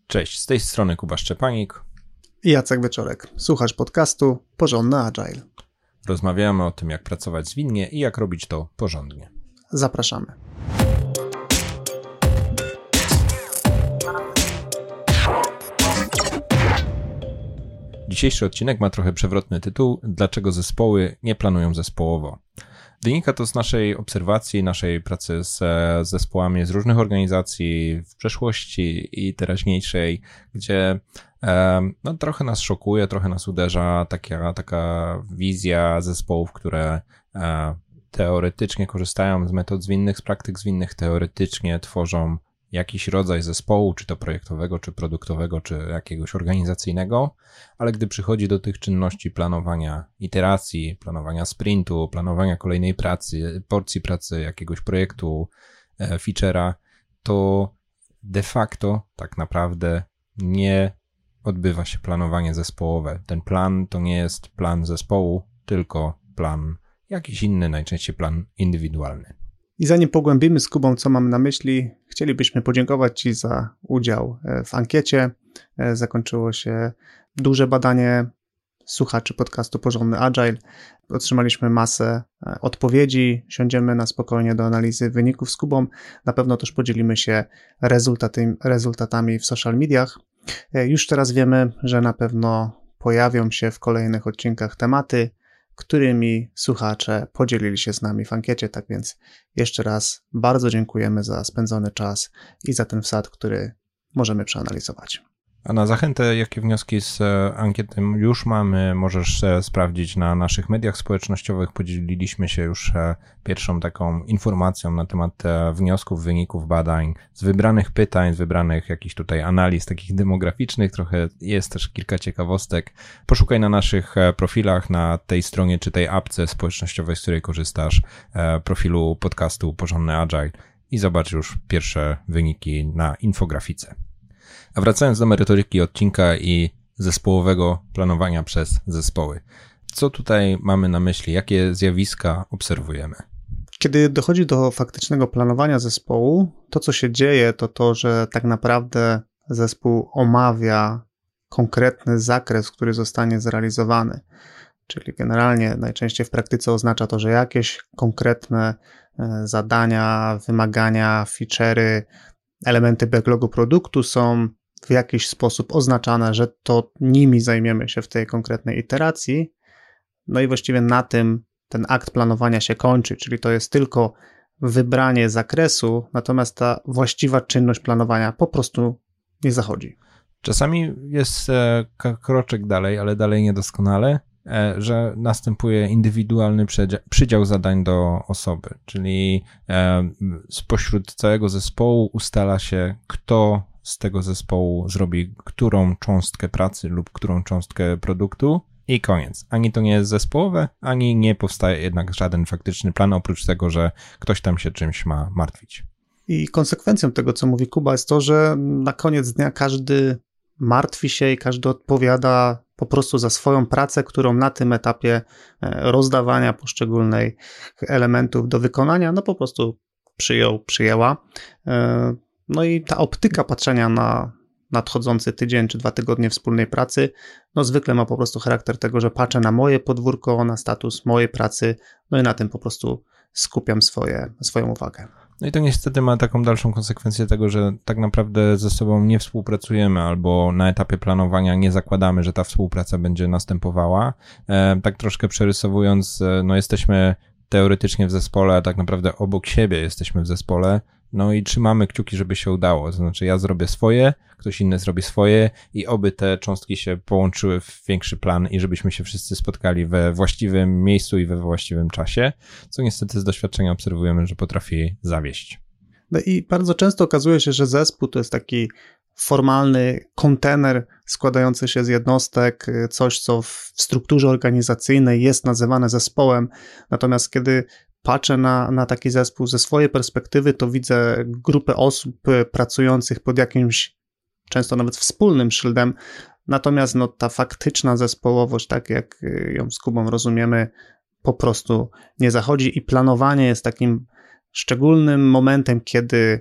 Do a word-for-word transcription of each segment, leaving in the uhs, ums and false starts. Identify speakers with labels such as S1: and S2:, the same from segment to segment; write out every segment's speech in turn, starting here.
S1: Cześć, z tej strony Kuba Szczepanik
S2: i Jacek Wieczorek. Słuchasz podcastu Porządny Agile.
S1: Rozmawiamy o tym, jak pracować zwinnie i jak robić to porządnie.
S2: Zapraszamy.
S1: Dzisiejszy odcinek ma trochę przewrotny tytuł: Dlaczego zespoły nie planują zespołowo? Wynika to z naszej obserwacji, naszej pracy z zespołami z różnych organizacji w przeszłości i teraźniejszej, gdzie no, trochę nas szokuje, trochę nas uderza taka, taka wizja zespołów, które teoretycznie korzystają z metod zwinnych, z praktyk zwinnych, teoretycznie tworzą jakiś rodzaj zespołu, czy to projektowego, czy produktowego, czy jakiegoś organizacyjnego, ale gdy przychodzi do tych czynności planowania iteracji, planowania sprintu, planowania kolejnej pracy, porcji pracy, jakiegoś projektu, e, feature'a, to de facto tak naprawdę nie odbywa się planowanie zespołowe. Ten plan to nie jest plan zespołu, tylko plan jakiś inny, najczęściej plan indywidualny.
S2: I zanim pogłębimy z Kubą, co mamy na myśli, chcielibyśmy podziękować Ci za udział w ankiecie. Zakończyło się duże badanie słuchaczy podcastu Porządny Agile. Otrzymaliśmy masę odpowiedzi. Siądziemy na spokojnie do analizy wyników z Kubą. Na pewno też podzielimy się rezultaty, rezultatami w social mediach. Już teraz wiemy, że na pewno pojawią się w kolejnych odcinkach tematy, którymi słuchacze podzielili się z nami w ankiecie. Tak więc jeszcze raz bardzo dziękujemy za spędzony czas i za ten wsad, który możemy przeanalizować.
S1: A na zachętę, jakie wnioski z ankiety już mamy, możesz sprawdzić na naszych mediach społecznościowych. Podzieliliśmy się już pierwszą taką informacją na temat wniosków, wyników badań, z wybranych pytań, z wybranych jakichś tutaj analiz takich demograficznych. Trochę jest też kilka ciekawostek. Poszukaj na naszych profilach, na tej stronie czy tej apce społecznościowej, z której korzystasz, profilu podcastu Porządny Agile i zobacz już pierwsze wyniki na infografice. A wracając do merytoryki odcinka i zespołowego planowania przez zespoły. Co tutaj mamy na myśli? Jakie zjawiska obserwujemy?
S2: Kiedy dochodzi do faktycznego planowania zespołu, to co się dzieje, to to, że tak naprawdę zespół omawia konkretny zakres, który zostanie zrealizowany. Czyli generalnie najczęściej w praktyce oznacza to, że jakieś konkretne zadania, wymagania, feature'y, elementy backlogu produktu są w jakiś sposób oznaczane, że to nimi zajmiemy się w tej konkretnej iteracji. No i właściwie na tym ten akt planowania się kończy, czyli to jest tylko wybranie zakresu, natomiast ta właściwa czynność planowania po prostu nie zachodzi.
S1: Czasami jest kroczek dalej, ale dalej niedoskonale, że następuje indywidualny przydział zadań do osoby, czyli spośród całego zespołu ustala się, kto z tego zespołu zrobi którą cząstkę pracy lub którą cząstkę produktu i koniec. Ani to nie jest zespołowe, ani nie powstaje jednak żaden faktyczny plan, oprócz tego, że ktoś tam się czymś ma martwić.
S2: I konsekwencją tego, co mówi Kuba, jest to, że na koniec dnia każdy martwi się i każdy odpowiada po prostu za swoją pracę, którą na tym etapie rozdawania poszczególnych elementów do wykonania, no po prostu przyjął, przyjęła. No i ta optyka patrzenia na nadchodzący tydzień czy dwa tygodnie wspólnej pracy, no zwykle ma po prostu charakter tego, że patrzę na moje podwórko, na status mojej pracy, no i na tym po prostu skupiam swoje, swoją uwagę.
S1: No i to niestety ma taką dalszą konsekwencję tego, że tak naprawdę ze sobą nie współpracujemy albo na etapie planowania nie zakładamy, że ta współpraca będzie następowała. E, tak troszkę przerysowując, no jesteśmy teoretycznie w zespole, a tak naprawdę obok siebie jesteśmy w zespole, no i trzymamy kciuki, żeby się udało. To znaczy ja zrobię swoje, ktoś inny zrobi swoje i oby te cząstki się połączyły w większy plan i żebyśmy się wszyscy spotkali we właściwym miejscu i we właściwym czasie, co niestety z doświadczenia obserwujemy, że potrafi zawieść.
S2: No i bardzo często okazuje się, że zespół to jest taki formalny kontener składający się z jednostek, coś co w strukturze organizacyjnej jest nazywane zespołem, natomiast kiedy patrzę na, na taki zespół ze swojej perspektywy, to widzę grupę osób pracujących pod jakimś, często nawet wspólnym szyldem, natomiast no, ta faktyczna zespołowość, tak jak ją z Kubą rozumiemy, po prostu nie zachodzi i planowanie jest takim szczególnym momentem, kiedy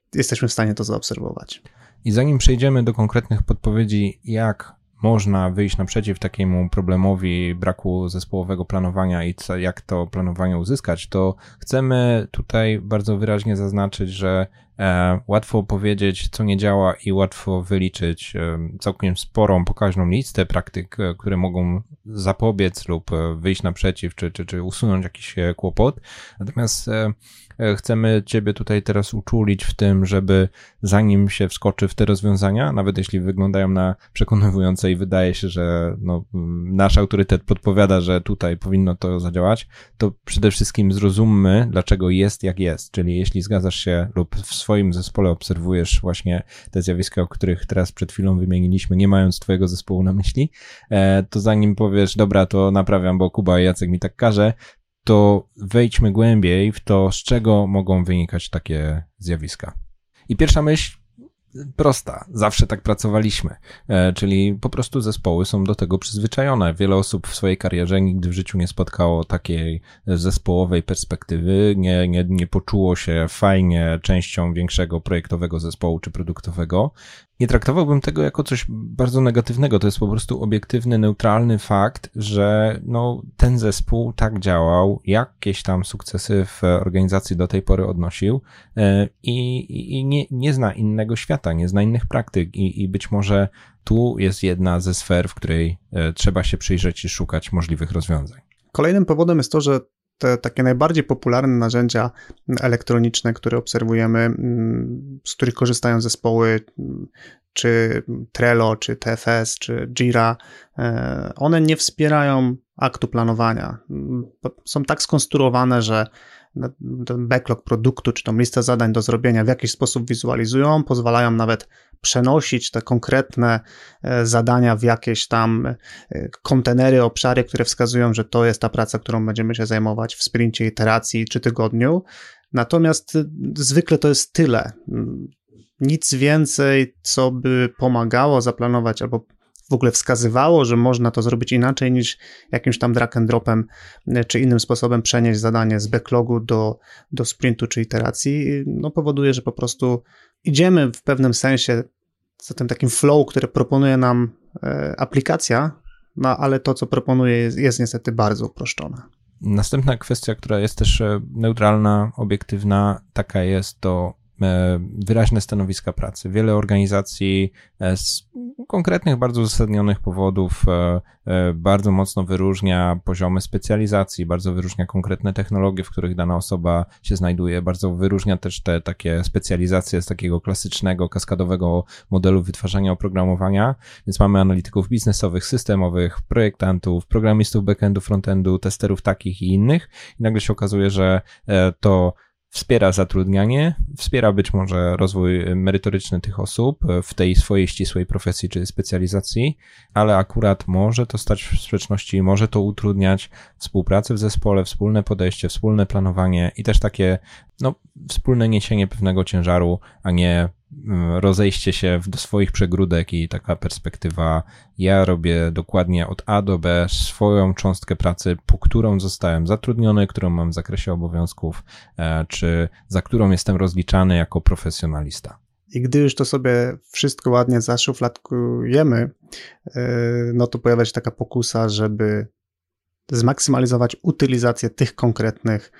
S2: jesteśmy w stanie to zaobserwować.
S1: I zanim przejdziemy do konkretnych podpowiedzi, jak można wyjść naprzeciw takiemu problemowi braku zespołowego planowania i co, jak to planowanie uzyskać, to chcemy tutaj bardzo wyraźnie zaznaczyć, że e, łatwo powiedzieć, co nie działa i łatwo wyliczyć e, całkiem sporą, pokaźną listę praktyk, e, które mogą zapobiec lub e, wyjść naprzeciw, czy, czy, czy usunąć jakiś e, kłopot. Natomiast e, chcemy Ciebie tutaj teraz uczulić w tym, żeby zanim się wskoczy w te rozwiązania, nawet jeśli wyglądają na przekonujące i wydaje się, że no, nasz autorytet podpowiada, że tutaj powinno to zadziałać, to przede wszystkim zrozummy, dlaczego jest jak jest. Czyli jeśli zgadzasz się lub w swoim zespole obserwujesz właśnie te zjawiska, o których teraz przed chwilą wymieniliśmy, nie mając Twojego zespołu na myśli, to zanim powiesz, dobra, to naprawiam, bo Kuba i Jacek mi tak każe, to wejdźmy głębiej w to, z czego mogą wynikać takie zjawiska. I pierwsza myśl prosta, zawsze tak pracowaliśmy, e, czyli po prostu zespoły są do tego przyzwyczajone. Wiele osób w swojej karierze nigdy w życiu nie spotkało takiej zespołowej perspektywy, nie, nie, nie poczuło się fajnie częścią większego projektowego zespołu czy produktowego. Nie traktowałbym tego jako coś bardzo negatywnego, to jest po prostu obiektywny, neutralny fakt, że no, ten zespół tak działał, jakieś tam sukcesy w organizacji do tej pory odnosił i, i nie, nie zna innego świata, nie zna innych praktyk i, i być może tu jest jedna ze sfer, w której trzeba się przyjrzeć i szukać możliwych rozwiązań.
S2: Kolejnym powodem jest to, że te takie najbardziej popularne narzędzia elektroniczne, które obserwujemy, z których korzystają zespoły, czy Trello, czy T F S, czy Jira, one nie wspierają aktu planowania. Są tak skonstruowane, że ten backlog produktu, czy tą listę zadań do zrobienia w jakiś sposób wizualizują, pozwalają nawet przenosić te konkretne zadania w jakieś tam kontenery, obszary, które wskazują, że to jest ta praca, którą będziemy się zajmować w sprincie, iteracji czy tygodniu. Natomiast zwykle to jest tyle. Nic więcej, co by pomagało zaplanować albo w ogóle wskazywało, że można to zrobić inaczej niż jakimś tam drag and dropem czy innym sposobem przenieść zadanie z backlogu do, do sprintu czy iteracji, no powoduje, że po prostu idziemy w pewnym sensie za tym takim flow, który proponuje nam e, aplikacja, no ale to, co proponuje jest, jest niestety bardzo uproszczone.
S1: Następna kwestia, która jest też neutralna, obiektywna, taka jest to wyraźne stanowiska pracy. Wiele organizacji z konkretnych, bardzo uzasadnionych powodów bardzo mocno wyróżnia poziomy specjalizacji, bardzo wyróżnia konkretne technologie, w których dana osoba się znajduje, bardzo wyróżnia też te takie specjalizacje z takiego klasycznego, kaskadowego modelu wytwarzania oprogramowania, więc mamy analityków biznesowych, systemowych, projektantów, programistów backendu, frontendu, testerów takich i innych i nagle się okazuje, że to wspiera zatrudnianie, wspiera być może rozwój merytoryczny tych osób w tej swojej ścisłej profesji czy specjalizacji, ale akurat może to stać w sprzeczności, może to utrudniać współpracę w zespole, wspólne podejście, wspólne planowanie i też takie no, wspólne niesienie pewnego ciężaru, a nie rozejście się do swoich przegródek i taka perspektywa, ja robię dokładnie od A do B swoją cząstkę pracy, po którą zostałem zatrudniony, którą mam w zakresie obowiązków, czy za którą jestem rozliczany jako profesjonalista.
S2: I gdy już to sobie wszystko ładnie zaszufladkujemy, no to pojawia się taka pokusa, żeby zmaksymalizować utylizację tych konkretnych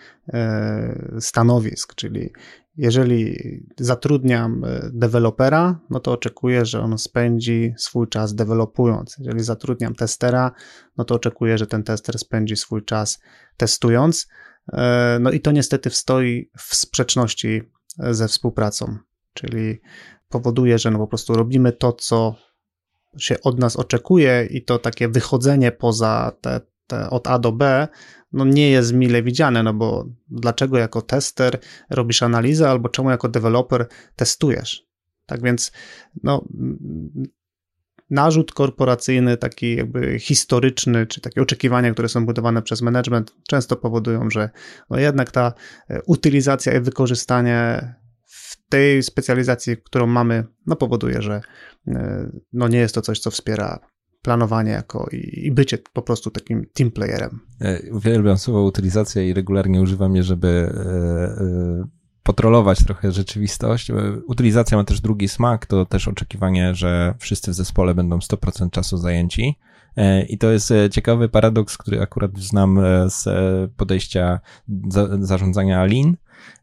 S2: stanowisk, czyli jeżeli zatrudniam dewelopera, no to oczekuję, że on spędzi swój czas dewelopując. Jeżeli zatrudniam testera, no to oczekuję, że ten tester spędzi swój czas testując. No i to niestety stoi w sprzeczności ze współpracą, czyli powoduje, że no po prostu robimy to, co się od nas oczekuje i to takie wychodzenie poza te, te od A do B no nie jest mile widziane, no bo dlaczego jako tester robisz analizę, albo czemu jako deweloper testujesz? Tak więc no, narzut korporacyjny, taki jakby historyczny, czy takie oczekiwania, które są budowane przez management, często powodują, że no jednak ta utylizacja i wykorzystanie w tej specjalizacji, którą mamy, no powoduje, że no nie jest to coś, co wspiera planowanie jako i, i bycie po prostu takim team playerem.
S1: Uwielbiam słowo utylizacja i regularnie używam je, żeby e, e, potrolować trochę rzeczywistość. Utylizacja ma też drugi smak, to też oczekiwanie, że wszyscy w zespole będą sto procent czasu zajęci. I to jest ciekawy paradoks, który akurat znam z podejścia zarządzania Lean,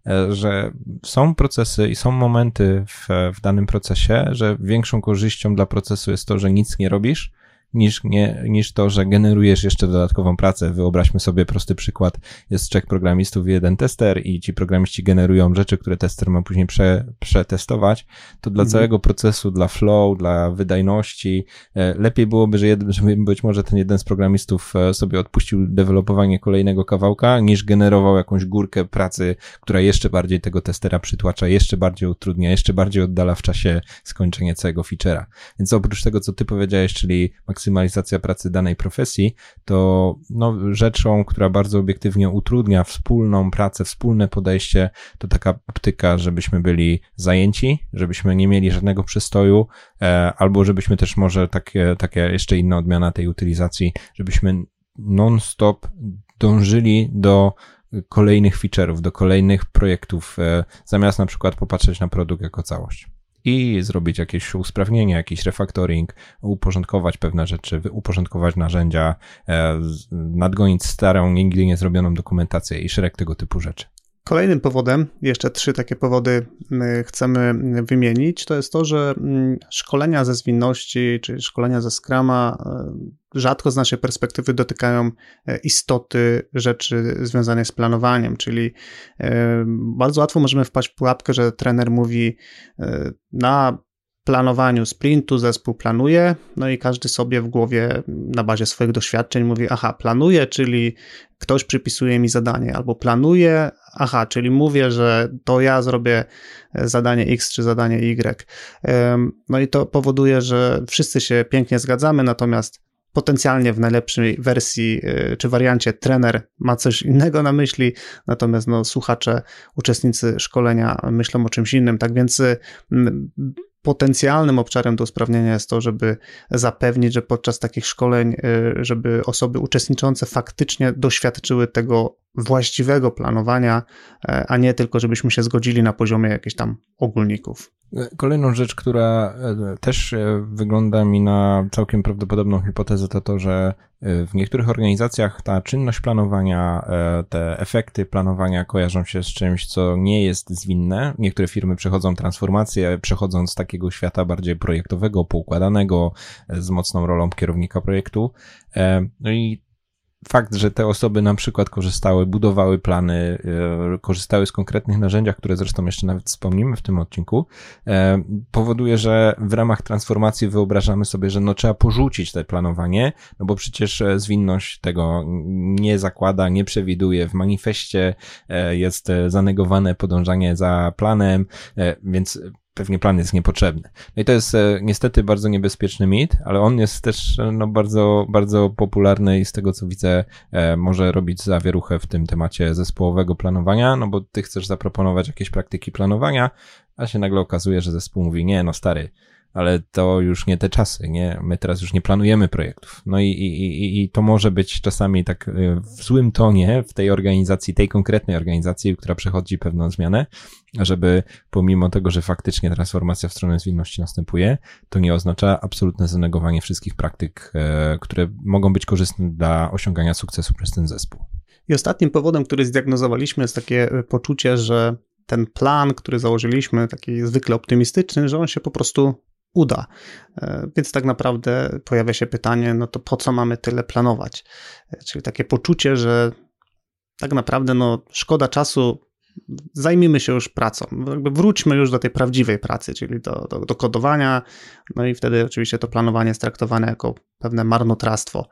S1: że są procesy i są momenty w, w danym procesie, że większą korzyścią dla procesu jest to, że nic nie robisz, niż, nie, niż to, że generujesz jeszcze dodatkową pracę. Wyobraźmy sobie prosty przykład. Jest trzech programistów i jeden tester i ci programiści generują rzeczy, które tester ma później prze, przetestować. To dla mhm. całego procesu, dla flow, dla wydajności lepiej byłoby, że jed, żeby być może ten jeden z programistów sobie odpuścił dewelopowanie kolejnego kawałka, niż generował jakąś górkę pracy, która jeszcze bardziej tego testera przytłacza, jeszcze bardziej utrudnia, jeszcze bardziej oddala w czasie skończenie całego feature'a. Więc oprócz tego, co ty powiedziałeś, czyli maksymalizacja pracy danej profesji, to no, rzeczą, która bardzo obiektywnie utrudnia wspólną pracę, wspólne podejście, to taka optyka, żebyśmy byli zajęci, żebyśmy nie mieli żadnego przystoju, e, albo żebyśmy też może takie, takie jeszcze inna odmiana tej utylizacji, żebyśmy non-stop dążyli do kolejnych feature'ów, do kolejnych projektów, e, zamiast na przykład popatrzeć na produkt jako całość. I zrobić jakieś usprawnienie, jakiś refactoring, uporządkować pewne rzeczy, uporządkować narzędzia, nadgonić starą, nigdy nie zrobioną dokumentację i szereg tego typu rzeczy.
S2: Kolejnym powodem, jeszcze trzy takie powody chcemy wymienić, to jest to, że szkolenia ze zwinności czy szkolenia ze Scruma rzadko z naszej perspektywy dotykają istoty rzeczy związanych z planowaniem, czyli bardzo łatwo możemy wpaść w pułapkę, że trener mówi na planowaniu sprintu zespół planuje, no i każdy sobie w głowie na bazie swoich doświadczeń mówi, aha, planuje, czyli ktoś przypisuje mi zadanie, albo planuje, aha, czyli mówię, że to ja zrobię zadanie X czy zadanie Y. No i to powoduje, że wszyscy się pięknie zgadzamy, natomiast potencjalnie w najlepszej wersji czy wariancie trener ma coś innego na myśli, natomiast no, słuchacze, uczestnicy szkolenia myślą o czymś innym. Tak więc potencjalnym obszarem do usprawnienia jest to, żeby zapewnić, że podczas takich szkoleń, żeby osoby uczestniczące faktycznie doświadczyły tego właściwego planowania, a nie tylko, żebyśmy się zgodzili na poziomie jakichś tam ogólników.
S1: Kolejną rzecz, która też wygląda mi na całkiem prawdopodobną hipotezę, to to, że w niektórych organizacjach ta czynność planowania, te efekty planowania kojarzą się z czymś, co nie jest zwinne. Niektóre firmy przechodzą transformację, przechodzą z takiego świata bardziej projektowego, poukładanego, z mocną rolą kierownika projektu. No i fakt, że te osoby na przykład korzystały, budowały plany, korzystały z konkretnych narzędziach, które zresztą jeszcze nawet wspomnimy w tym odcinku, powoduje, że w ramach transformacji wyobrażamy sobie, że no trzeba porzucić to planowanie, no bo przecież zwinność tego nie zakłada, nie przewiduje. W manifestie jest zanegowane podążanie za planem, więc pewnie plan jest niepotrzebny. No i to jest e, niestety bardzo niebezpieczny mit, ale on jest też no, bardzo, bardzo popularny i z tego co widzę e, może robić zawieruchę w tym temacie zespołowego planowania, no bo ty chcesz zaproponować jakieś praktyki planowania, a się nagle okazuje, że zespół mówi, nie no stary, ale to już nie te czasy, nie? My teraz już nie planujemy projektów. No i, i, i, i to może być czasami tak w złym tonie w tej organizacji, tej konkretnej organizacji, która przechodzi pewną zmianę, żeby pomimo tego, że faktycznie transformacja w stronę zwinności następuje, to nie oznacza absolutne zanegowanie wszystkich praktyk, które mogą być korzystne dla osiągania sukcesu przez ten zespół.
S2: I ostatnim powodem, który zdiagnozowaliśmy, jest takie poczucie, że ten plan, który założyliśmy, taki zwykle optymistyczny, że on się po prostu uda. Więc tak naprawdę pojawia się pytanie, no to po co mamy tyle planować? Czyli takie poczucie, że tak naprawdę no szkoda czasu, zajmijmy się już pracą. Jakby wróćmy już do tej prawdziwej pracy, czyli do, do, do kodowania, no i wtedy oczywiście to planowanie jest traktowane jako pewne marnotrawstwo.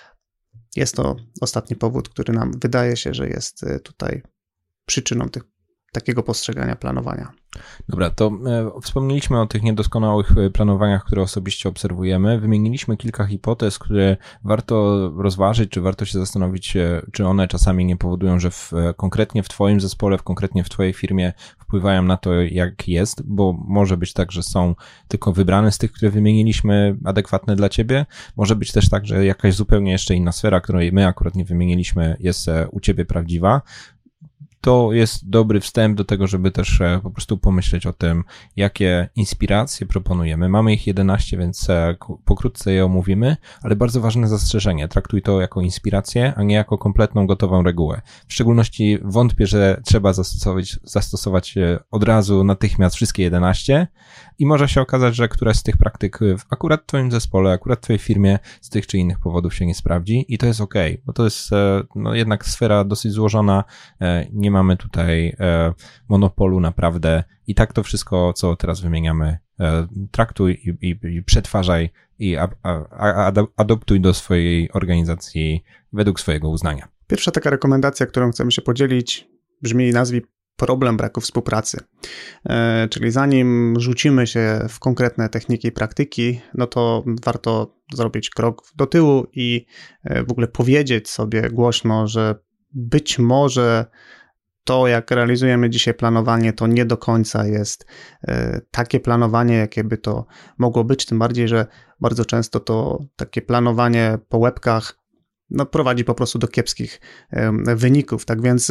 S2: Jest to ostatni powód, który nam wydaje się, że jest tutaj przyczyną tych takiego postrzegania planowania.
S1: Dobra, to e, wspomnieliśmy o tych niedoskonałych planowaniach, które osobiście obserwujemy. Wymieniliśmy kilka hipotez, które warto rozważyć, czy warto się zastanowić, czy one czasami nie powodują, że w, konkretnie w twoim zespole, w konkretnie w twojej firmie wpływają na to, jak jest, bo może być tak, że są tylko wybrane z tych, które wymieniliśmy, adekwatne dla ciebie. Może być też tak, że jakaś zupełnie jeszcze inna sfera, której my akurat nie wymieniliśmy, jest u ciebie prawdziwa. to jest dobry wstęp do tego, żeby też po prostu pomyśleć o tym, jakie inspiracje proponujemy. Mamy ich jedenaście, więc pokrótce je omówimy, ale bardzo ważne zastrzeżenie. Traktuj to jako inspirację, a nie jako kompletną, gotową regułę. W szczególności wątpię, że trzeba zastosować, zastosować od razu natychmiast wszystkie jedenaście i może się okazać, że któraś z tych praktyk akurat w twoim zespole, akurat w twojej firmie z tych czy innych powodów się nie sprawdzi i to jest okej, bo to jest no, jednak sfera dosyć złożona, nie mamy tutaj monopolu naprawdę i tak to wszystko, co teraz wymieniamy, traktuj i, i, i przetwarzaj i a, a, adoptuj do swojej organizacji według swojego uznania.
S2: Pierwsza taka rekomendacja, którą chcemy się podzielić, brzmi nazwij problem braku współpracy. E, czyli zanim rzucimy się w konkretne techniki i praktyki, no to warto zrobić krok do tyłu i w ogóle powiedzieć sobie głośno, że być może to, jak realizujemy dzisiaj planowanie, to nie do końca jest e, takie planowanie, jakie by to mogło być, tym bardziej, że bardzo często to takie planowanie po łebkach no, prowadzi po prostu do kiepskich wyników. Tak więc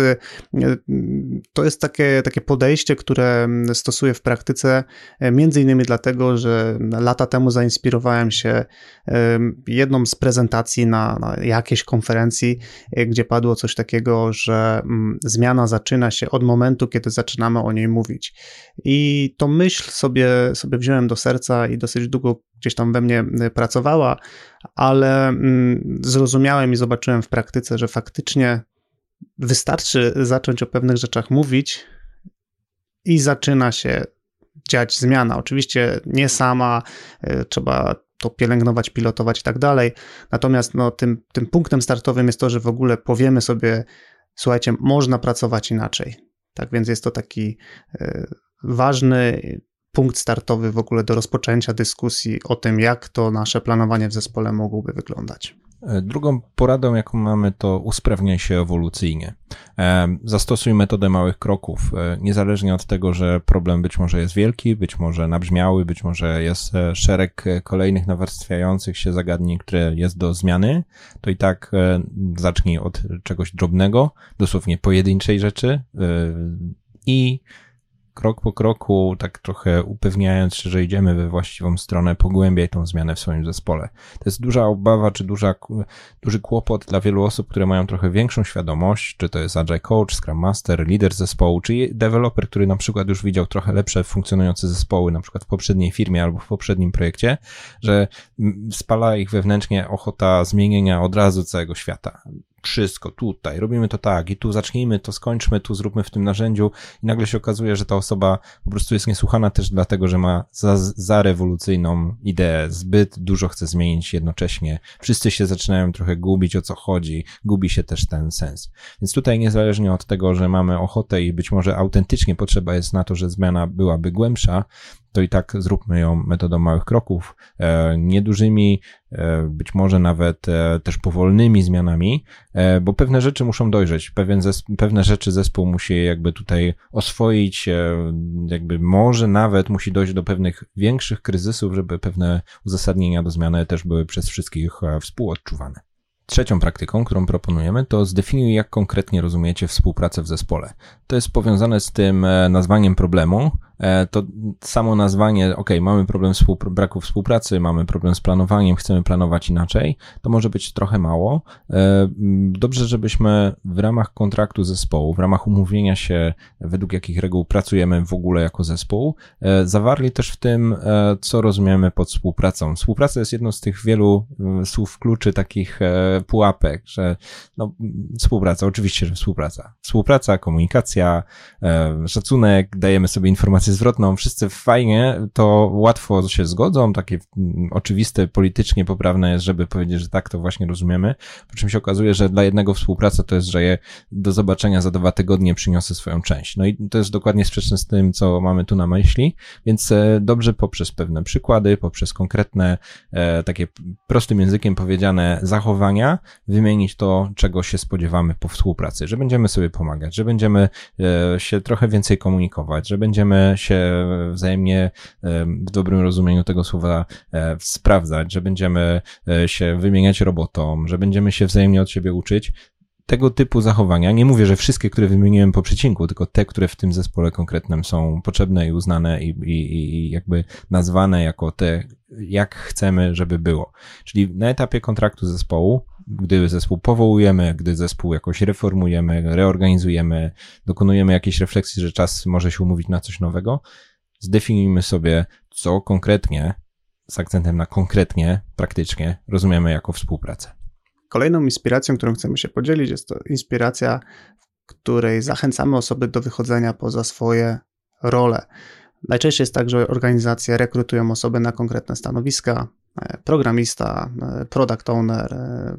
S2: to jest takie, takie podejście, które stosuję w praktyce, między innymi dlatego, że lata temu zainspirowałem się jedną z prezentacji na, na jakiejś konferencji, gdzie padło coś takiego, że zmiana zaczyna się od momentu, kiedy zaczynamy o niej mówić. I tą myśl sobie, sobie wziąłem do serca i dosyć długo gdzieś tam we mnie pracowała, ale zrozumiałem i zobaczyłem w praktyce, że faktycznie wystarczy zacząć o pewnych rzeczach mówić i zaczyna się dziać zmiana. Oczywiście nie sama, trzeba to pielęgnować, pilotować i tak dalej, natomiast no, tym, tym punktem startowym jest to, że w ogóle powiemy sobie, słuchajcie, można pracować inaczej. Tak więc jest to taki ważny punkt startowy w ogóle do rozpoczęcia dyskusji o tym, jak to nasze planowanie w zespole mogłoby wyglądać.
S1: Drugą poradą, jaką mamy, to usprawniaj się ewolucyjnie. Zastosuj metodę małych kroków, niezależnie od tego, że problem być może jest wielki, być może nabrzmiały, być może jest szereg kolejnych nawarstwiających się zagadnień, które jest do zmiany, to i tak zacznij od czegoś drobnego, dosłownie pojedynczej rzeczy i krok po kroku, tak trochę upewniając się, że idziemy we właściwą stronę, pogłębiaj tą zmianę w swoim zespole. To jest duża obawa, czy duża, duży kłopot dla wielu osób, które mają trochę większą świadomość, czy to jest Agile Coach, Scrum Master, lider zespołu, czy deweloper, który na przykład już widział trochę lepsze funkcjonujące zespoły, na przykład w poprzedniej firmie albo w poprzednim projekcie, że spala ich wewnętrznie ochota zmienienia od razu całego świata. Wszystko tutaj, robimy to tak i tu zacznijmy, to skończmy, tu zróbmy w tym narzędziu i nagle się okazuje, że ta osoba po prostu jest niesłuchana też dlatego, że ma za, za rewolucyjną ideę, zbyt dużo chce zmienić jednocześnie, wszyscy się zaczynają trochę gubić, o co chodzi, gubi się też ten sens. Więc tutaj niezależnie od tego, że mamy ochotę i być może autentycznie potrzeba jest na to, że zmiana byłaby głębsza, to i tak zróbmy ją metodą małych kroków, e, niedużymi, e, być może nawet e, też powolnymi zmianami, e, bo pewne rzeczy muszą dojrzeć, pewien zesp- pewne rzeczy zespół musi jakby tutaj oswoić, e, jakby może nawet musi dojść do pewnych większych kryzysów, żeby pewne uzasadnienia do zmiany też były przez wszystkich e, współodczuwane. Trzecią praktyką, którą proponujemy, to zdefiniuj, jak konkretnie rozumiecie współpracę w zespole. To jest powiązane z tym nazwaniem problemu. To samo nazwanie, ok, mamy problem współpr- braku współpracy, mamy problem z planowaniem, chcemy planować inaczej, to może być trochę mało. Dobrze, żebyśmy w ramach kontraktu zespołu, w ramach umówienia się, według jakich reguł pracujemy w ogóle jako zespół, zawarli też w tym, co rozumiemy pod współpracą. Współpraca jest jedną z tych wielu słów kluczy, takich pułapek, że no, współpraca, oczywiście, że współpraca. Współpraca, komunikacja, szacunek, dajemy sobie informację zwrotną, wszyscy fajnie, to łatwo się zgodzą, takie oczywiste, politycznie poprawne jest, żeby powiedzieć, że tak to właśnie rozumiemy, po czym się okazuje, że dla jednego współpraca to jest, że je do zobaczenia za dwa tygodnie przyniosę swoją część. No i to jest dokładnie sprzeczne z tym, co mamy tu na myśli, więc dobrze poprzez pewne przykłady, poprzez konkretne, takie prostym językiem powiedziane zachowania, wymienić to, czego się spodziewamy po współpracy, że będziemy sobie pomagać, że będziemy się trochę więcej komunikować, że będziemy się wzajemnie w dobrym rozumieniu tego słowa sprawdzać, że będziemy się wymieniać robotą, że będziemy się wzajemnie od siebie uczyć. tego typu zachowania, nie mówię, że wszystkie, które wymieniłem po przecinku, tylko te, które w tym zespole konkretnym są potrzebne i uznane i, i, i jakby nazwane jako te, jak chcemy, żeby było. Czyli na etapie kontraktu zespołu, gdy zespół powołujemy, gdy zespół jakoś reformujemy, reorganizujemy, dokonujemy jakiejś refleksji, że czas może się umówić na coś nowego, zdefiniujmy sobie, co konkretnie, z akcentem na konkretnie, praktycznie, rozumiemy jako współpracę.
S2: Kolejną inspiracją, którą chcemy się podzielić, jest to inspiracja, w której zachęcamy osoby do wychodzenia poza swoje role. Najczęściej jest tak, że organizacje rekrutują osoby na konkretne stanowiska, programista, product owner,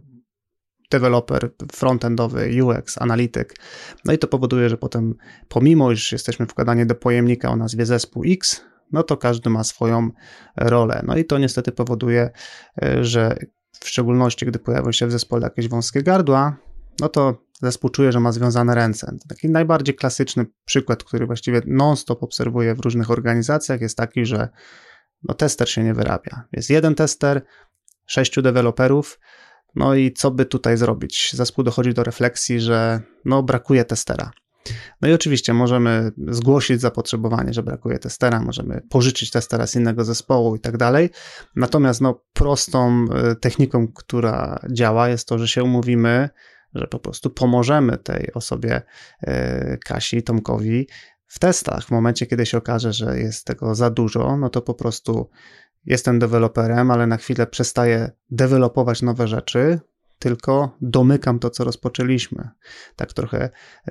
S2: deweloper frontendowy, U X, analityk. No i to powoduje, że potem pomimo, iż jesteśmy wkładani do pojemnika o nazwie zespół X, no to każdy ma swoją rolę. No i to niestety powoduje, że w szczególności, gdy pojawią się w zespole jakieś wąskie gardła, no to zespół czuje, że ma związane ręce. Taki najbardziej klasyczny przykład, który właściwie non-stop obserwuję w różnych organizacjach, jest taki, że no tester się nie wyrabia. Jest jeden tester, sześciu deweloperów, no i co by tutaj zrobić? Zespół dochodzi do refleksji, że no brakuje testera. No i oczywiście możemy zgłosić zapotrzebowanie, że brakuje testera, możemy pożyczyć testera z innego zespołu i tak dalej. Natomiast no, prostą techniką, która działa, jest to, że się umówimy, że po prostu pomożemy tej osobie, Kasi, Tomkowi, w testach. W momencie, kiedy się okaże, że jest tego za dużo, no to po prostu jestem deweloperem, ale na chwilę przestaję dewelopować nowe rzeczy, tylko domykam to, co rozpoczęliśmy. Tak trochę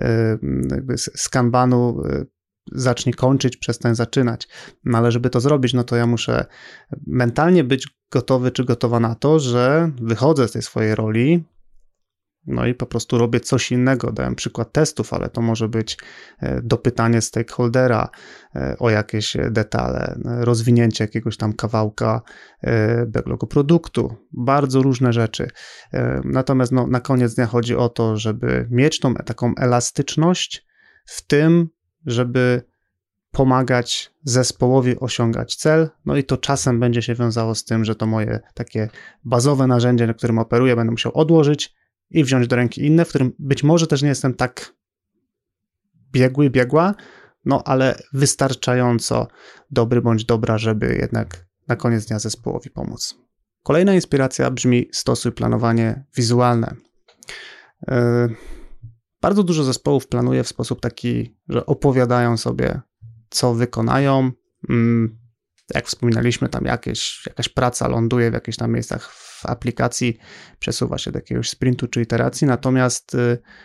S2: jakby z kanbanu zacznie kończyć, przestań zaczynać. No ale żeby to zrobić, no to ja muszę mentalnie być gotowy czy gotowa na to, że wychodzę z tej swojej roli, no i po prostu robię coś innego. Dałem przykład testów, ale to może być dopytanie stakeholdera o jakieś detale, rozwinięcie jakiegoś tam kawałka backlogu produktu, bardzo różne rzeczy. Natomiast no, na koniec dnia chodzi o to, żeby mieć tą taką elastyczność w tym, żeby pomagać zespołowi osiągać cel, no i to czasem będzie się wiązało z tym, że to moje takie bazowe narzędzie, na którym operuję, będę musiał odłożyć i wziąć do ręki inne, w którym być może też nie jestem tak biegły, biegła, no ale wystarczająco dobry bądź dobra, żeby jednak na koniec dnia zespołowi pomóc. Kolejna inspiracja brzmi: stosuj planowanie wizualne. Yy, bardzo dużo zespołów planuje w sposób taki, że opowiadają sobie, co wykonają. Yy, jak wspominaliśmy, tam jakieś, jakaś praca ląduje w jakichś tam miejscach w aplikacji, przesuwa się do jakiegoś sprintu czy iteracji, natomiast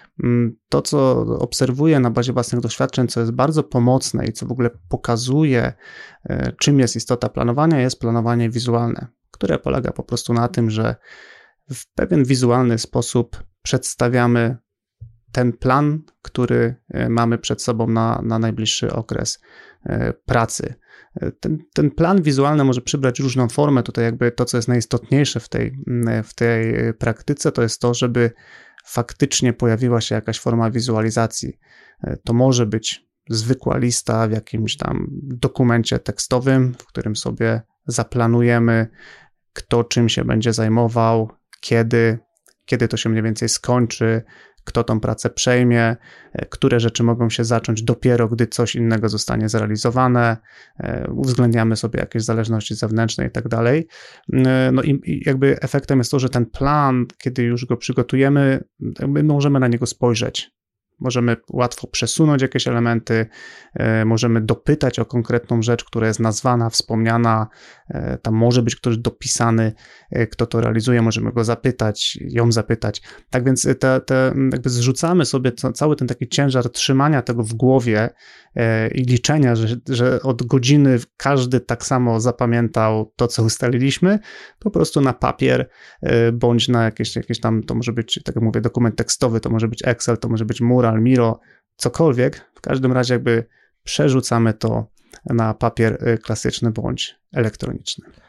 S2: to, co obserwuję na bazie własnych doświadczeń, co jest bardzo pomocne i co w ogóle pokazuje, czym jest istota planowania, jest planowanie wizualne, które polega po prostu na tym, że w pewien wizualny sposób przedstawiamy ten plan, który mamy przed sobą na, na najbliższy okres pracy. Ten, ten plan wizualny może przybrać różną formę. Tutaj jakby to, co jest najistotniejsze w tej, w tej praktyce, to jest to, żeby faktycznie pojawiła się jakaś forma wizualizacji. To może być zwykła lista w jakimś tam dokumencie tekstowym, w którym sobie zaplanujemy, kto czym się będzie zajmował, kiedy, kiedy to się mniej więcej skończy, kto tą pracę przejmie, które rzeczy mogą się zacząć dopiero, gdy coś innego zostanie zrealizowane, uwzględniamy sobie jakieś zależności zewnętrzne i tak dalej. No i, i jakby efektem jest to, że ten plan, kiedy już go przygotujemy, jakby możemy na niego spojrzeć. Możemy łatwo przesunąć jakieś elementy, możemy dopytać o konkretną rzecz, która jest nazwana, wspomniana, tam może być ktoś dopisany, kto to realizuje, możemy go zapytać, ją zapytać. Tak więc te, te jakby zrzucamy sobie cały ten taki ciężar trzymania tego w głowie i liczenia, że, że od godziny każdy tak samo zapamiętał to, co ustaliliśmy, po prostu na papier, bądź na jakieś, jakieś tam, to może być, tak jak mówię, dokument tekstowy, to może być Excel, to może być Mural, Miro, cokolwiek. W każdym razie jakby przerzucamy to na papier klasyczny bądź elektroniczny.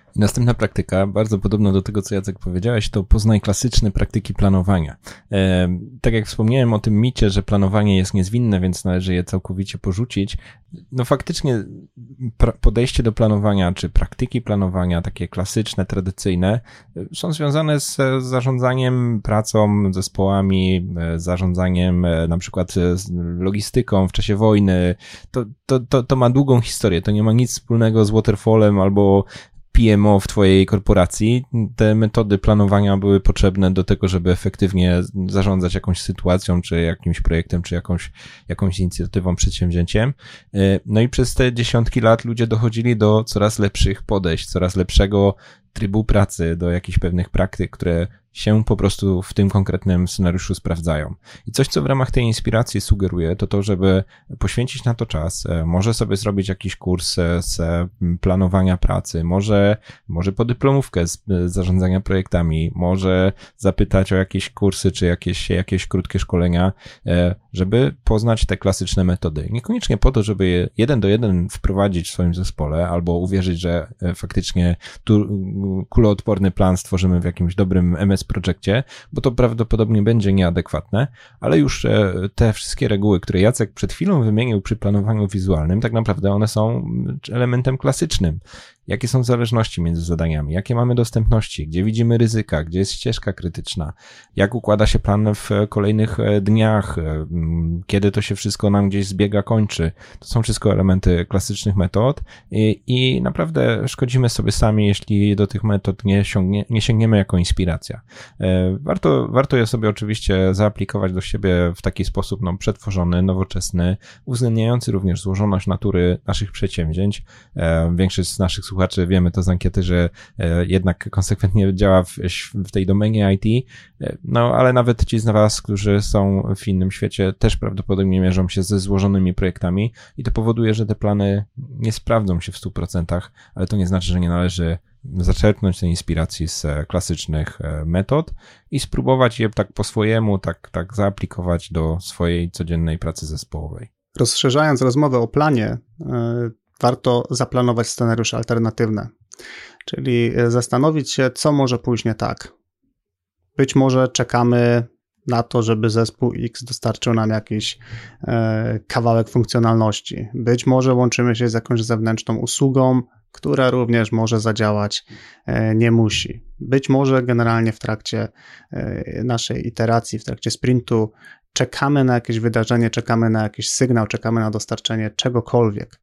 S1: Następna praktyka, bardzo podobna do tego, co Jacek powiedziałeś, to poznaj klasyczne praktyki planowania. E, tak jak wspomniałem o tym micie, że planowanie jest niezwinne, więc należy je całkowicie porzucić. No faktycznie pra- podejście do planowania, czy praktyki planowania, takie klasyczne, tradycyjne, są związane z zarządzaniem pracą, zespołami, zarządzaniem na przykład z logistyką w czasie wojny. To, to, to, to ma długą historię, to nie ma nic wspólnego z waterfallem albo P M O w twojej korporacji. Te metody planowania były potrzebne do tego, żeby efektywnie zarządzać jakąś sytuacją, czy jakimś projektem, czy jakąś, jakąś inicjatywą, przedsięwzięciem. No i przez te dziesiątki lat ludzie dochodzili do coraz lepszych podejść, coraz lepszego trybu pracy, do jakichś pewnych praktyk, które się po prostu w tym konkretnym scenariuszu sprawdzają. I coś, co w ramach tej inspiracji sugeruję, to to, żeby poświęcić na to czas, może sobie zrobić jakiś kurs z planowania pracy, może, może podyplomówkę z zarządzania projektami, może zapytać o jakieś kursy, czy jakieś, jakieś krótkie szkolenia, żeby poznać te klasyczne metody. Niekoniecznie po to, żeby je jeden do jeden wprowadzić w swoim zespole, albo uwierzyć, że faktycznie tu kuloodporny plan stworzymy w jakimś dobrym M S projekcie, bo to prawdopodobnie będzie nieadekwatne, ale już te wszystkie reguły, które Jacek przed chwilą wymienił przy planowaniu wizualnym, tak naprawdę one są elementem klasycznym. Jakie są zależności między zadaniami, jakie mamy dostępności, gdzie widzimy ryzyka, gdzie jest ścieżka krytyczna, jak układa się plan w kolejnych dniach, kiedy to się wszystko nam gdzieś zbiega, kończy. To są wszystko elementy klasycznych metod i, i naprawdę szkodzimy sobie sami, jeśli do tych metod nie, sięgnie, nie sięgniemy jako inspiracja. Warto, warto je sobie oczywiście zaaplikować do siebie w taki sposób no, przetworzony, nowoczesny, uwzględniający również złożoność natury naszych przedsięwzięć. Większość z naszych słuchaczy wiemy to z ankiety, że jednak konsekwentnie działa w, w tej domenie I T, no ale nawet ci z was, którzy są w innym świecie, też prawdopodobnie mierzą się ze złożonymi projektami i to powoduje, że te plany nie sprawdzą się w stu procentach, ale to nie znaczy, że nie należy zaczerpnąć tej inspiracji z klasycznych metod i spróbować je tak po swojemu, tak, tak zaaplikować do swojej codziennej pracy zespołowej.
S2: Rozszerzając rozmowę o planie, warto zaplanować scenariusze alternatywne, czyli zastanowić się, co może pójść nie tak. Być może czekamy na to, żeby zespół X dostarczył nam jakiś e, kawałek funkcjonalności. Być może łączymy się z jakąś zewnętrzną usługą, która również może zadziałać, e, nie musi. Być może generalnie w trakcie e, naszej iteracji, w trakcie sprintu czekamy na jakieś wydarzenie, czekamy na jakiś sygnał, czekamy na dostarczenie czegokolwiek.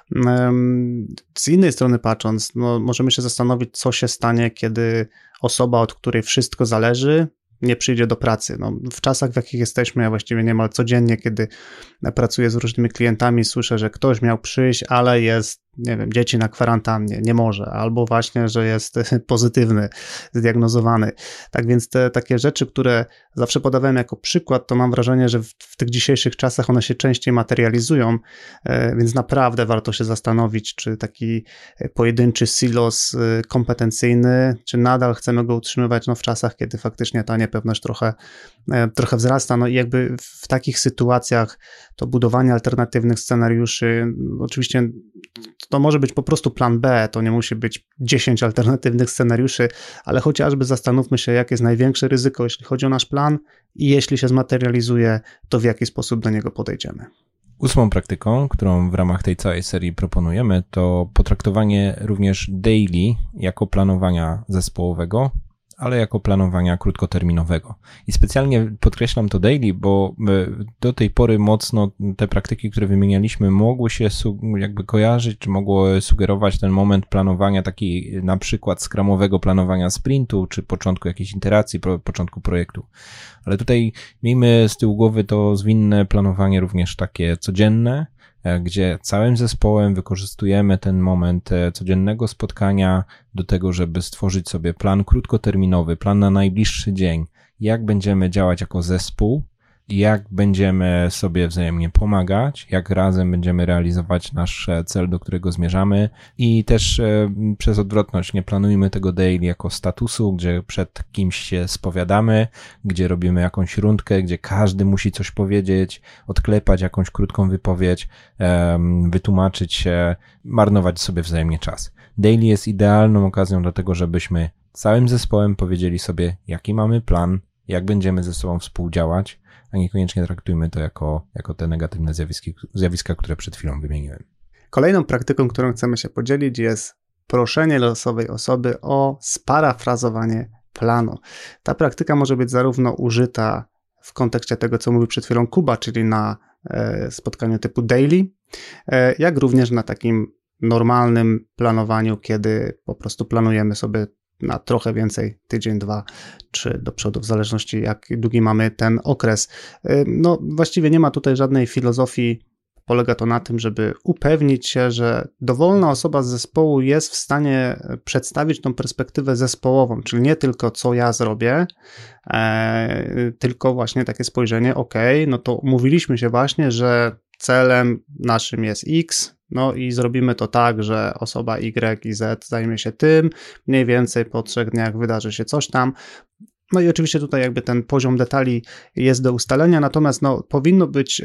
S2: Z innej strony patrząc, no, możemy się zastanowić, co się stanie, kiedy osoba, od której wszystko zależy, nie przyjdzie do pracy. No, w czasach, w jakich jesteśmy, ja właściwie niemal codziennie, kiedy pracuję z różnymi klientami, słyszę, że ktoś miał przyjść, ale jest, nie wiem, dzieci na kwarantannie, nie może, albo właśnie, że jest pozytywny, zdiagnozowany. Tak więc te takie rzeczy, które zawsze podawałem jako przykład, to mam wrażenie, że w, w tych dzisiejszych czasach one się częściej materializują, e, więc naprawdę warto się zastanowić, czy taki pojedynczy silos kompetencyjny, czy nadal chcemy go utrzymywać no, w czasach, kiedy faktycznie ta niepewność trochę, e, trochę wzrasta. No i jakby w takich sytuacjach to budowanie alternatywnych scenariuszy, oczywiście to może być po prostu plan B, to nie musi być dziesięć alternatywnych scenariuszy, ale chociażby zastanówmy się, jakie jest największe ryzyko, jeśli chodzi o nasz plan i jeśli się zmaterializuje, to w jaki sposób do niego podejdziemy.
S1: Ósmą praktyką, którą w ramach tej całej serii proponujemy, to potraktowanie również daily jako planowania zespołowego, ale jako planowania krótkoterminowego. I specjalnie podkreślam to daily, bo do tej pory mocno te praktyki, które wymienialiśmy, mogły się jakby kojarzyć, czy mogło sugerować ten moment planowania, taki na przykład skramowego planowania sprintu, czy początku jakiejś iteracji, początku projektu. Ale tutaj miejmy z tyłu głowy to zwinne planowanie również takie codzienne, gdzie całym zespołem wykorzystujemy ten moment codziennego spotkania do tego, żeby stworzyć sobie plan krótkoterminowy, plan na najbliższy dzień, jak będziemy działać jako zespół, jak będziemy sobie wzajemnie pomagać, jak razem będziemy realizować nasz cel, do którego zmierzamy i też e, przez odwrotność nie planujmy tego daily jako statusu, gdzie przed kimś się spowiadamy, gdzie robimy jakąś rundkę, gdzie każdy musi coś powiedzieć, odklepać jakąś krótką wypowiedź, e, wytłumaczyć się, marnować sobie wzajemnie czas. Daily jest idealną okazją do tego, żebyśmy całym zespołem powiedzieli sobie, jaki mamy plan, jak będziemy ze sobą współdziałać, a niekoniecznie traktujmy to jako, jako te negatywne zjawiska, zjawiska, które przed chwilą wymieniłem.
S2: Kolejną praktyką, którą chcemy się podzielić, jest proszenie losowej osoby o sparafrazowanie planu. Ta praktyka może być zarówno użyta w kontekście tego, co mówił przed chwilą Kuba, czyli na e, spotkaniu typu daily, e, jak również na takim normalnym planowaniu, kiedy po prostu planujemy sobie na trochę więcej, tydzień, dwa, czy do przodu, w zależności jak długi mamy ten okres. E, no właściwie nie ma tutaj żadnej filozofii. Polega to na tym, żeby upewnić się, że dowolna osoba z zespołu jest w stanie przedstawić tą perspektywę zespołową, czyli nie tylko co ja zrobię, e, tylko właśnie takie spojrzenie, ok, no to umówiliśmy się właśnie, że celem naszym jest X, no i zrobimy to tak, że osoba Y i Z zajmie się tym, mniej więcej po trzech dniach wydarzy się coś tam. No i oczywiście tutaj jakby ten poziom detali jest do ustalenia, natomiast no, powinno być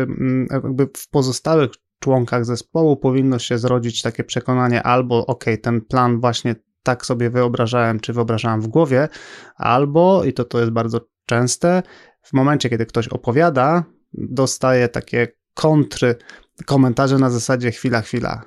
S2: jakby w pozostałych członkach zespołu powinno się zrodzić takie przekonanie albo ok, ten plan właśnie tak sobie wyobrażałem, czy wyobrażałem w głowie, albo, i to to jest bardzo częste, w momencie, kiedy ktoś opowiada, dostaje takie kontry, komentarze na zasadzie chwila, chwila.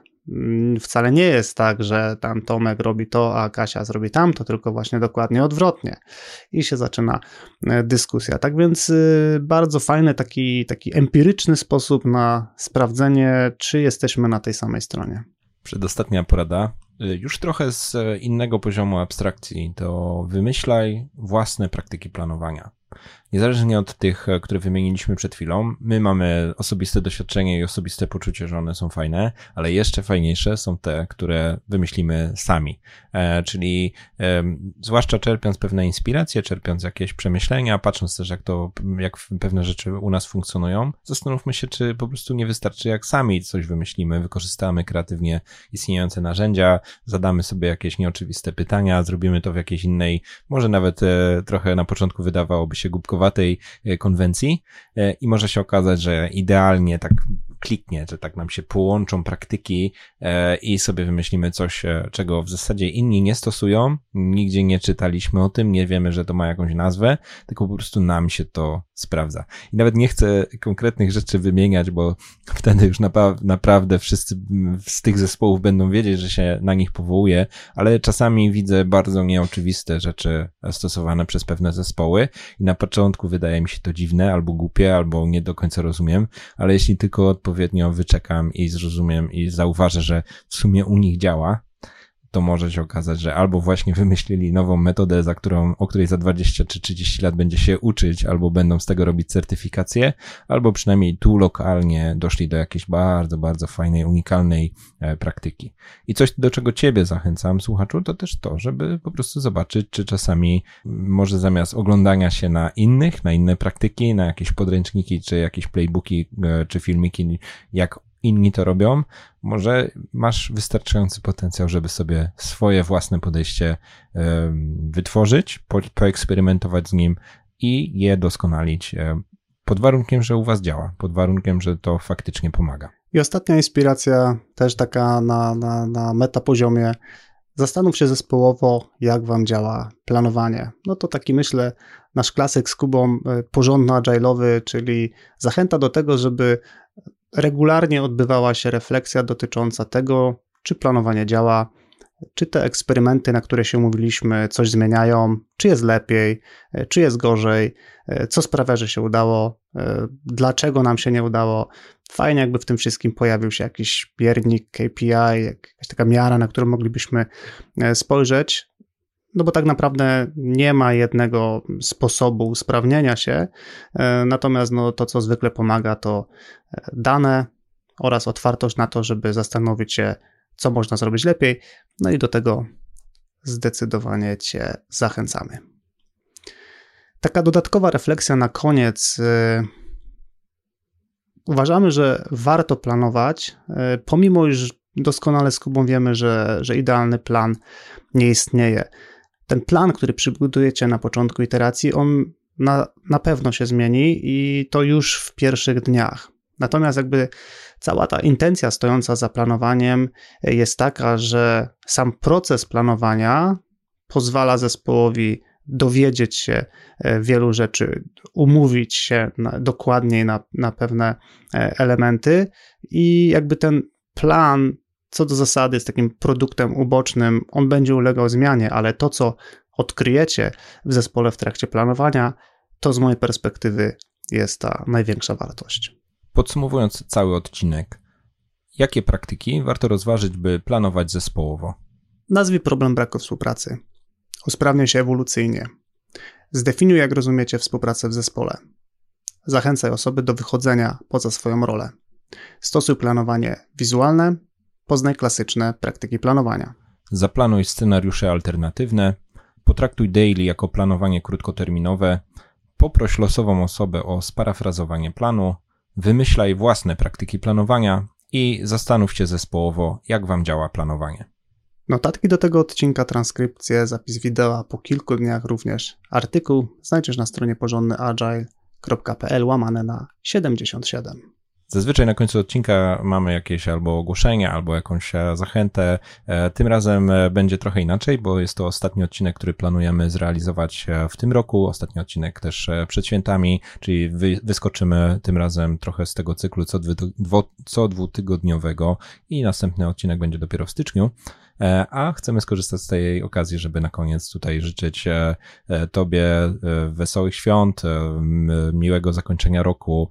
S2: Wcale nie jest tak, że tam Tomek robi to, a Kasia zrobi tamto, tylko właśnie dokładnie odwrotnie. I się zaczyna dyskusja. Tak więc bardzo fajny taki, taki empiryczny sposób na sprawdzenie, czy jesteśmy na tej samej stronie.
S1: Przedostatnia porada, już trochę z innego poziomu abstrakcji, to wymyślaj własne praktyki planowania. Niezależnie od tych, które wymieniliśmy przed chwilą, my mamy osobiste doświadczenie i osobiste poczucie, że one są fajne, ale jeszcze fajniejsze są te, które wymyślimy sami. E, czyli e, zwłaszcza czerpiąc pewne inspiracje, czerpiąc jakieś przemyślenia, patrząc też jak to, jak pewne rzeczy u nas funkcjonują, zastanówmy się, czy po prostu nie wystarczy, jak sami coś wymyślimy, wykorzystamy kreatywnie istniejące narzędzia, zadamy sobie jakieś nieoczywiste pytania, zrobimy to w jakiejś innej, może nawet e, trochę na początku wydawałoby się głupkowatej konwencji i może się okazać, że idealnie tak kliknie, że tak nam się połączą praktyki i sobie wymyślimy coś, czego w zasadzie inni nie stosują, nigdzie nie czytaliśmy o tym, nie wiemy, że to ma jakąś nazwę, tylko po prostu nam się to sprawdza. I nawet nie chcę konkretnych rzeczy wymieniać, bo wtedy już napa- naprawdę wszyscy z tych zespołów będą wiedzieć, że się na nich powołuje, ale czasami widzę bardzo nieoczywiste rzeczy stosowane przez pewne zespoły i na początku wydaje mi się to dziwne, albo głupie, albo nie do końca rozumiem, ale jeśli tylko odpowiednio wyczekam i zrozumiem i zauważę, że w sumie u nich działa, to może się okazać, że albo właśnie wymyślili nową metodę, za którą, o której za dwadzieścia czy trzydzieści lat będzie się uczyć, albo będą z tego robić certyfikację, albo przynajmniej tu lokalnie doszli do jakiejś bardzo, bardzo fajnej, unikalnej e, praktyki. I coś, do czego ciebie zachęcam, słuchaczu, to też to, żeby po prostu zobaczyć, czy czasami może zamiast oglądania się na innych, na inne praktyki, na jakieś podręczniki, czy jakieś playbooki, e, czy filmiki, jak inni to robią, może masz wystarczający potencjał, żeby sobie swoje własne podejście y, wytworzyć, po, poeksperymentować z nim i je doskonalić y, pod warunkiem, że u was działa, pod warunkiem, że to faktycznie pomaga.
S2: I ostatnia inspiracja, też taka na, na, na metapoziomie. Zastanów się zespołowo, jak wam działa planowanie. No to taki, myślę, nasz klasyk z Kubą, porządno-agile'owy, czyli zachęta do tego, żeby regularnie odbywała się refleksja dotycząca tego, czy planowanie działa, czy te eksperymenty, na które się umówiliśmy, coś zmieniają, czy jest lepiej, czy jest gorzej, co sprawia, że się udało, dlaczego nam się nie udało. Fajnie, jakby w tym wszystkim pojawił się jakiś miernik, K P I, jakaś taka miara, na którą moglibyśmy spojrzeć. No bo tak naprawdę nie ma jednego sposobu usprawnienia się, natomiast no, to, co zwykle pomaga, to dane oraz otwartość na to, żeby zastanowić się, co można zrobić lepiej, no i do tego zdecydowanie Cię zachęcamy. Taka dodatkowa refleksja na koniec. Uważamy, że warto planować, pomimo iż doskonale z Kubą wiemy, że, że idealny plan nie istnieje. Ten plan, który przybudujecie na początku iteracji, on na, na pewno się zmieni i to już w pierwszych dniach. Natomiast jakby cała ta intencja stojąca za planowaniem jest taka, że sam proces planowania pozwala zespołowi dowiedzieć się wielu rzeczy, umówić się na, dokładniej na, na pewne elementy i jakby ten plan co do zasady jest takim produktem ubocznym, on będzie ulegał zmianie, ale to, co odkryjecie w zespole w trakcie planowania, to z mojej perspektywy jest ta największa wartość.
S1: Podsumowując cały odcinek, jakie praktyki warto rozważyć, by planować zespołowo?
S2: Nazwij problem braku współpracy. Usprawniaj się ewolucyjnie. Zdefiniuj, jak rozumiecie współpracę w zespole. Zachęcaj osoby do wychodzenia poza swoją rolę. Stosuj planowanie wizualne, poznaj klasyczne praktyki planowania.
S1: Zaplanuj scenariusze alternatywne, potraktuj daily jako planowanie krótkoterminowe, poproś losową osobę o sparafrazowanie planu, wymyślaj własne praktyki planowania i zastanów się zespołowo, jak wam działa planowanie.
S2: Notatki do tego odcinka, transkrypcje, zapis wideo, a po kilku dniach również artykuł znajdziesz na stronie porządnyagile kropka p l łamane na siedemdziesiąt siedem.
S1: Zazwyczaj na końcu odcinka mamy jakieś albo ogłoszenia, albo jakąś zachętę. Tym razem będzie trochę inaczej, bo jest to ostatni odcinek, który planujemy zrealizować w tym roku. Ostatni odcinek też przed świętami, czyli wy, wyskoczymy tym razem trochę z tego cyklu co, dwu, co dwutygodniowego i następny odcinek będzie dopiero w styczniu. A chcemy skorzystać z tej okazji, żeby na koniec tutaj życzyć Tobie wesołych świąt, miłego zakończenia roku,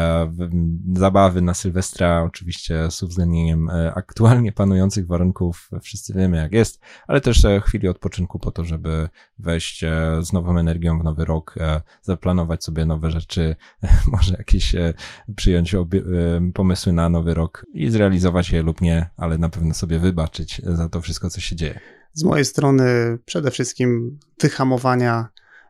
S1: zabawy na Sylwestra, oczywiście z uwzględnieniem aktualnie panujących warunków, wszyscy wiemy jak jest, ale też chwili odpoczynku po to, żeby wejść z nową energią w nowy rok, zaplanować sobie nowe rzeczy, może jakieś przyjąć pomysły na nowy rok i zrealizować je lub nie, ale na pewno sobie wybaczyć za to wszystko, co się dzieje.
S2: Z mojej strony przede wszystkim wyhamowania.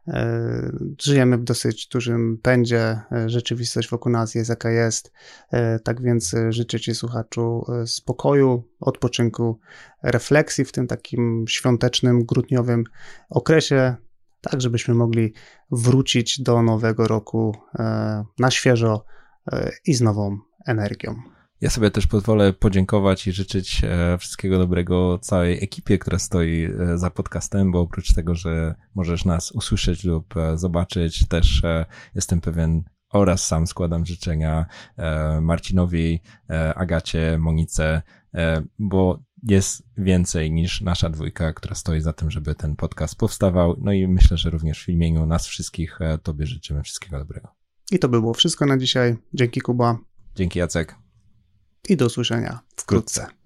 S2: Żyjemy w dosyć dużym pędzie, rzeczywistość wokół nas jest jaka jest, tak więc życzę Ci, słuchaczu, spokoju, odpoczynku, refleksji w tym takim świątecznym, grudniowym okresie, tak żebyśmy mogli wrócić do nowego roku na świeżo i z nową energią.
S1: Ja sobie też pozwolę podziękować i życzyć wszystkiego dobrego całej ekipie, która stoi za podcastem, bo oprócz tego, że możesz nas usłyszeć lub zobaczyć, też jestem pewien oraz sam składam życzenia Marcinowi, Agacie, Monice, bo jest więcej niż nasza dwójka, która stoi za tym, żeby ten podcast powstawał. No i myślę, że również w imieniu nas wszystkich Tobie życzymy wszystkiego dobrego.
S2: I to by było wszystko na dzisiaj. Dzięki, Kuba.
S1: Dzięki, Jacek.
S2: I do usłyszenia wkrótce.